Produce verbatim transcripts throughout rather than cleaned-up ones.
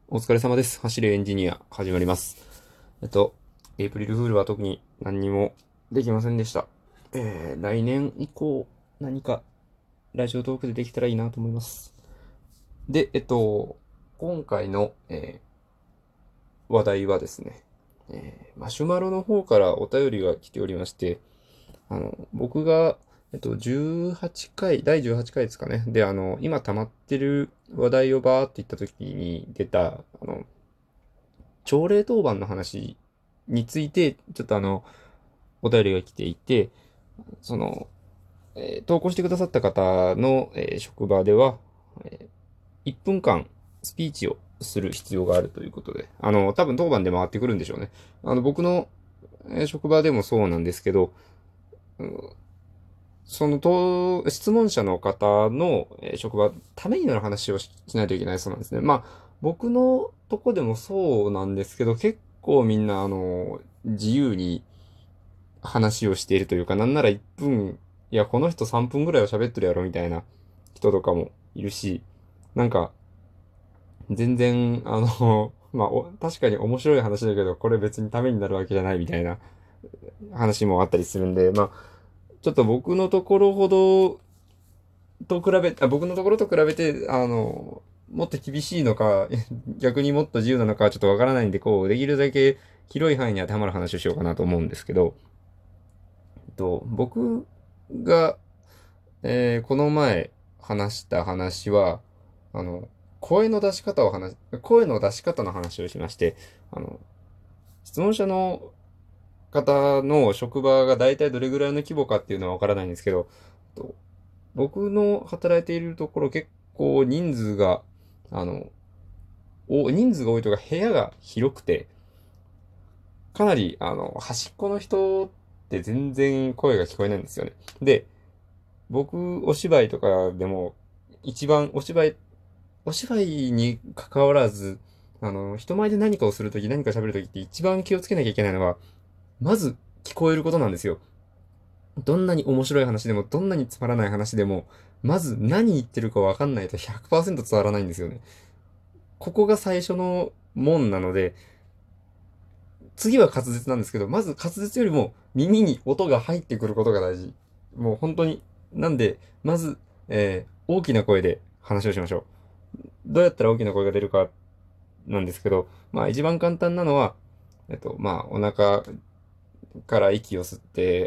お疲れ様です。走るエンジニア、始まります。えっと、エイプリルフールは特に何にもできませんでした。えー、来年以降、何かラジオトークでできたらいいなと思います。で、えっと、今回の、えー話題はですね、えーマシュマロの方からお便りが来ておりまして、あの、僕が、えっと、じゅうはちかい、だいじゅうはちかいですかね。で、あの、今溜まってる話題をバーって言った時に出た、あの、朝礼当番の話について、ちょっとあの、お便りが来ていて、その、えー投稿してくださった方の、えー職場では、えーいっぷんかんスピーチをする必要があるということで、あの、多分当番で回ってくるんでしょうね。あの、僕の、えー職場でもそうなんですけど、うんその、と、質問者の方の、えー職場、ためになる話をししないといけないそうなんですね。まあ、僕のとこでもそうなんですけど、結構みんな、あの、自由に話をしているというか、なんならいっぷん、いや、この人さんぷんぐらいは喋ってるやろみたいな人とかもいるし、なんか、全然、あの、まあ、お確かに面白い話だけど、これ別にためになるわけじゃないみたいな話もあったりするんで、まあ、ちょっと僕のところほどと比べ、あ、僕のところと比べて、あの、もっと厳しいのか、逆にもっと自由なのかちょっとわからないんで、こう、できるだけ広い範囲に当てはまる話をしようかなと思うんですけど、えっと、僕が、えーこの前話した話は、あの、声の出し方を話、声の出し方の話をしまして、あの、質問者の方の職場が大体どれぐらいの規模かっていうのはわからないんですけど、と僕の働いているところ結構人数が、あの、お人数が多いというか部屋が広くて、かなり、あの、端っこの人って全然声が聞こえないんですよね。で、僕、お芝居とかでも、一番、お芝居、お芝居に関わらず、あの、人前で何かをするとき、何か喋るときって一番気をつけなきゃいけないのは、まず聞こえることなんですよ。どんなに面白い話でも、どんなにつまらない話でも、まず何言ってるかわかんないとひゃくパーセント伝わらないんですよね。ここが最初の門なので、次は滑舌なんですけど、まず滑舌よりも耳に音が入ってくることが大事。もう本当に。なんで、まず、えー大きな声で話をしましょう。どうやったら大きな声が出るかなんですけど、まあ一番簡単なのは、えっと、まあお腹から息を吸って、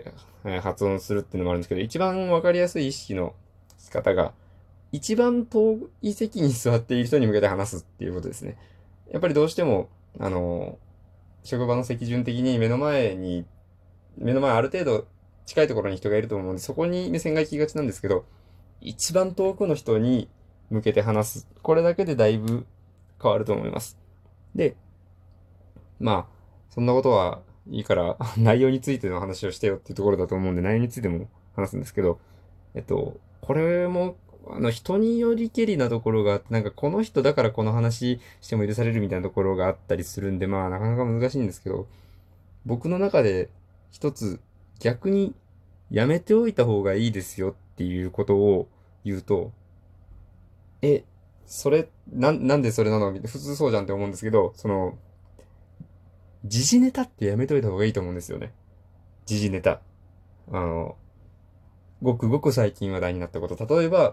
えー発音するっていうのもあるんですけど、一番わかりやすい意識の仕方が、一番遠い席に座っている人に向けて話すっていうことですね。やっぱりどうしても、あの職場の席順的に目の前に、目の前ある程度近いところに人がいると思うので、そこに目線が行きがちなんですけど、一番遠くの人に向けて話す。これだけでだいぶ変わると思います。で、まあ、そんなことはいいから、内容についての話をしてよっていうところだと思うんで、内容についても話すんですけど、えっと、これも、あの、人によりけりなところがあって、なんかこの人だからこの話しても許されるみたいなところがあったりするんで、まあ、なかなか難しいんですけど、僕の中で一つ逆にやめておいた方がいいですよっていうことを言うと、え、それ、なん、なんでそれなのみたいな普通そうじゃんって思うんですけど、その、時事ネタってやめといた方がいいと思うんですよね。時事ネタ。あの、ごくごく最近話題になったこと。例えば、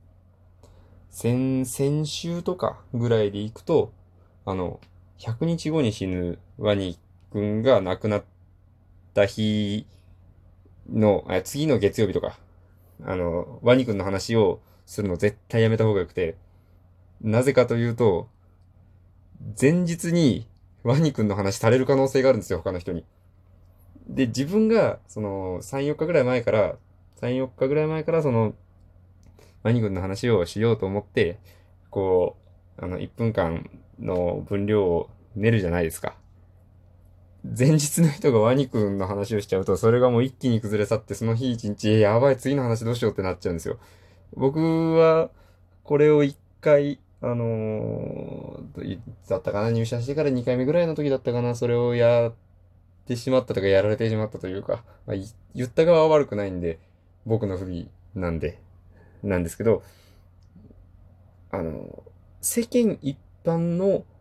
先、先週とかぐらいでいくと、あの、ひゃくにちごに死ぬワニ君が亡くなった日の、あ次の月曜日とか、あの、ワニ君の話をするの絶対やめた方がよくて、なぜかというと、前日にワニ君の話される可能性があるんですよ、他の人に。で、自分が、その、さん、よっかぐらい前から、さん、よっかぐらい前から、その、ワニ君の話をしようと思って、こう、あの、いっぷんかんの分量を練るじゃないですか。前日の人がワニ君の話をしちゃうと、それがもう一気に崩れ去って、その日一日、えやばい、次の話どうしようってなっちゃうんですよ。僕は、これを一回、あのー、いつだったかな、入社してからにかいめぐらいの時だったかな、それをやってしまったとか、やられてしまったというか、まあ、い言った側は悪くないんで、僕の不備なんで、なんですけど、あの、世間一般の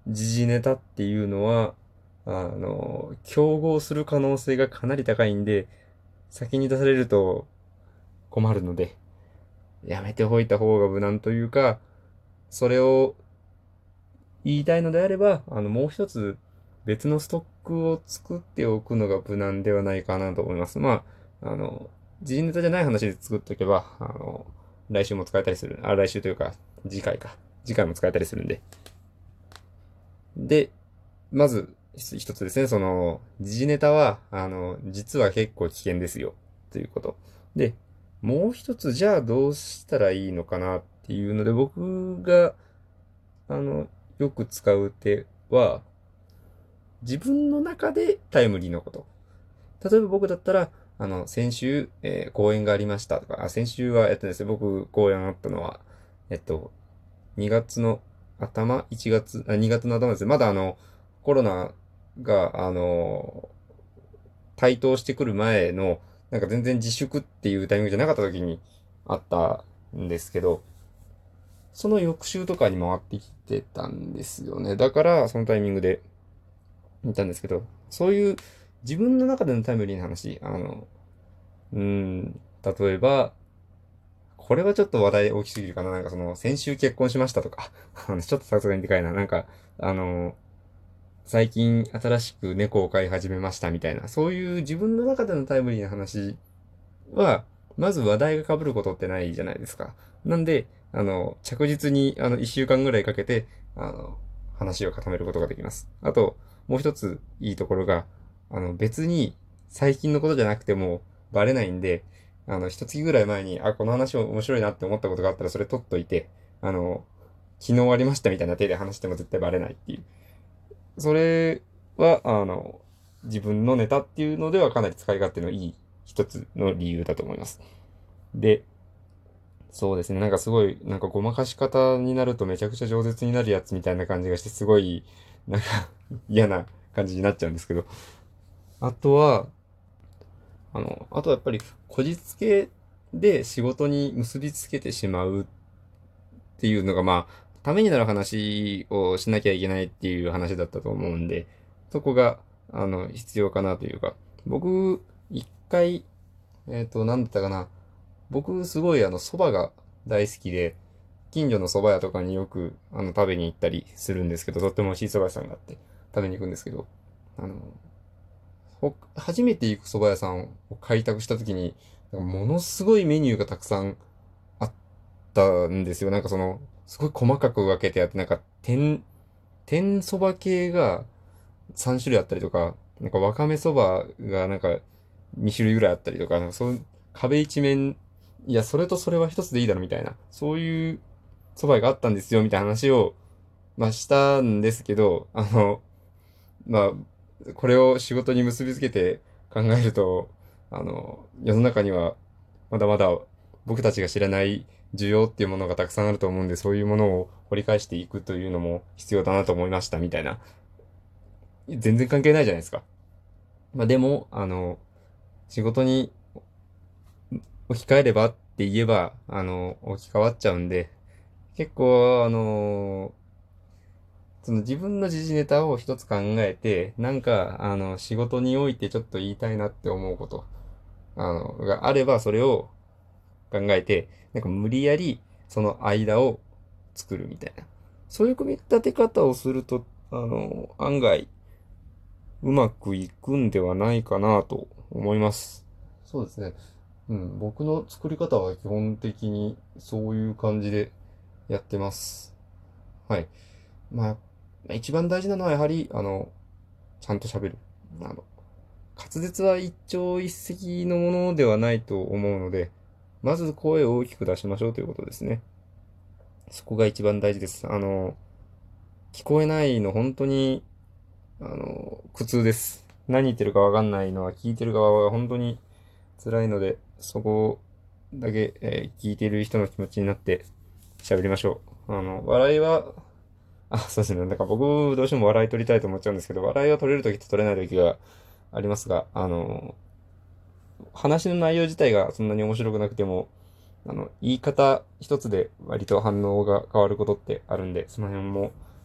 時事ネタっていうのは、あの、競合する可能性がかなり高いんで、先に出されると困るので、やめておいた方が無難というか、それを言いたいのであれば、あの、もう一つ別のストックを作っておくのが無難ではないかなと思います。まあ、あの、時事ネタじゃない話で作っておけば、あの、来週も使えたりする。あ、来週というか、次回か。次回も使えたりするんで。で、まず、一つですね、その、時事ネタは、あの、実は結構危険ですよ、ということ。で、もう一つ、じゃあどうしたらいいのかなっていうので、僕が、あの、よく使う手は、自分の中でタイムリーなこと。例えば僕だったら、あの、先週、えー講演がありましたとか、あ、先週は、えっとですね、僕、講演あったのは、えっと、にがつの頭 ?いち 月、あ、にがつの頭ですね。まだあの、コロナが、あの、台頭してくる前の、なんか全然自粛っていうタイミングじゃなかった時にあったんですけど、その翌週とかに回ってきてたんですよね。だから、そのタイミングで見たんですけど、そういう自分の中でのタイムリーな話、あの、うーん、例えば、これはちょっと話題大きすぎるかな。なんかその、先週結婚しましたとか、あのちょっとさすがにでかいな。なんか、あの、最近新しく猫を飼い始めましたみたいな、そういう自分の中でのタイムリーな話は、まず話題が被ることってないじゃないですか。なんで、あの、着実に、あの、一週間ぐらいかけて、あの、話を固めることができます。あと、もう一ついいところが、あの、別に最近のことじゃなくてもバレないんで、あの、一月ぐらい前に、あ、この話面白いなって思ったことがあったらそれ取っといて、あの、昨日ありましたみたいな手で話しても絶対バレないっていう。それは、あの、自分のネタっていうのではかなり使い勝手のいい一つの理由だと思います。で、そうですね。なんかすごい、なんかごまかし方になるとめちゃくちゃ饒舌になるやつみたいな感じがして、すごい、なんか嫌な感じになっちゃうんですけど。あとは、あの、あとはやっぱり、こじつけで仕事に結びつけてしまうっていうのが、まあ、ためになる話をしなきゃいけないっていう話だったと思うんで、そこが、あの、必要かなというか、僕、一回、えっと、なんだったかな。僕、すごい、あの、蕎麦が大好きで、近所の蕎麦屋とかによく、あの、食べに行ったりするんですけど、とっても美味しい蕎麦屋さんがあって、食べに行くんですけど、あの、ほ初めて行く蕎麦屋さんを開拓した時に、ものすごいメニューがたくさんあったんですよ。なんかその、すごい細かく分けてあって、なんか、天、天そば系がさん種類あったりとか、なんかわかめそばがなんかに種類ぐらいあったりとか、なんかそういう壁一面、いや、それとそれは一つでいいだろみたいな、そういうそばがあったんですよみたいな話を、まあしたんですけど、あの、まあ、これを仕事に結びつけて考えると、あの、世の中にはまだまだ僕たちが知らない需要っていうものがたくさんあると思うんで、そういうものを掘り返していくというのも必要だなと思いましたみたいな。全然関係ないじゃないですか。まあでも、あの、仕事に置き換えればって言えば、あの、置き換わっちゃうんで、結構、あの、その自分の時事ネタを一つ考えて、なんか、あの、仕事においてちょっと言いたいなって思うこと、あの、があれば、それを考えて、なんか無理やり、その間を作るみたいな。そういう組み立て方をすると、あの、案外、うまくいくんではないかなと思います。そうですね。うん、僕の作り方は基本的にそういう感じでやってます。はい。まあ、一番大事なのはやはり、あの、ちゃんと喋る。あの、滑舌は一朝一夕のものではないと思うので、まず声を大きく出しましょうということですね。そこが一番大事です。あの、聞こえないの本当に、あの、苦痛です。何言ってるかわかんないのは聞いてる側は本当に辛いので、そこだけ、えー聞いている人の気持ちになって喋りましょう。あの、笑いは、あ、そうですね。なんか僕、どうしても笑い取りたいと思っちゃうんですけど、笑いは取れるときと取れないときがありますが、あの、話の内容自体がそんなに面白くなくても、あの、言い方一つで割と反応が変わることってあるんで、その辺も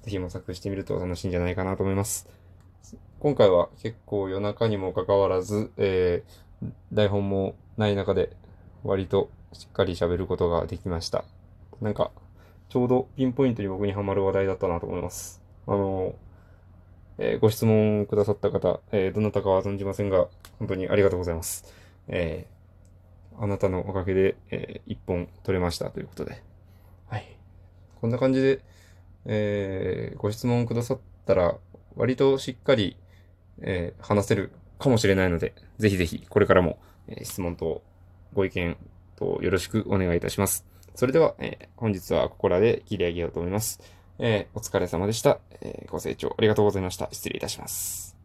ぜひ模索してみると楽しいんじゃないかなと思います。今回は結構夜中にもかかわらず、えー、台本もない中で割としっかり喋ることができました。なんか、ちょうどピンポイントに僕にハマる話題だったなと思います。あの、えーご質問くださった方、えーどなたかは存じませんが、本当にありがとうございます。えーあなたのおかげで、えー一本取れましたということで。はい。こんな感じで、えーご質問くださったら、割としっかり、えー話せるかもしれないので、ぜひぜひ、これからも、えー質問とご意見とよろしくお願いいたします。それでは、えー本日はここらで切り上げようと思います。えーお疲れ様でした。えーご清聴ありがとうございました。失礼いたします。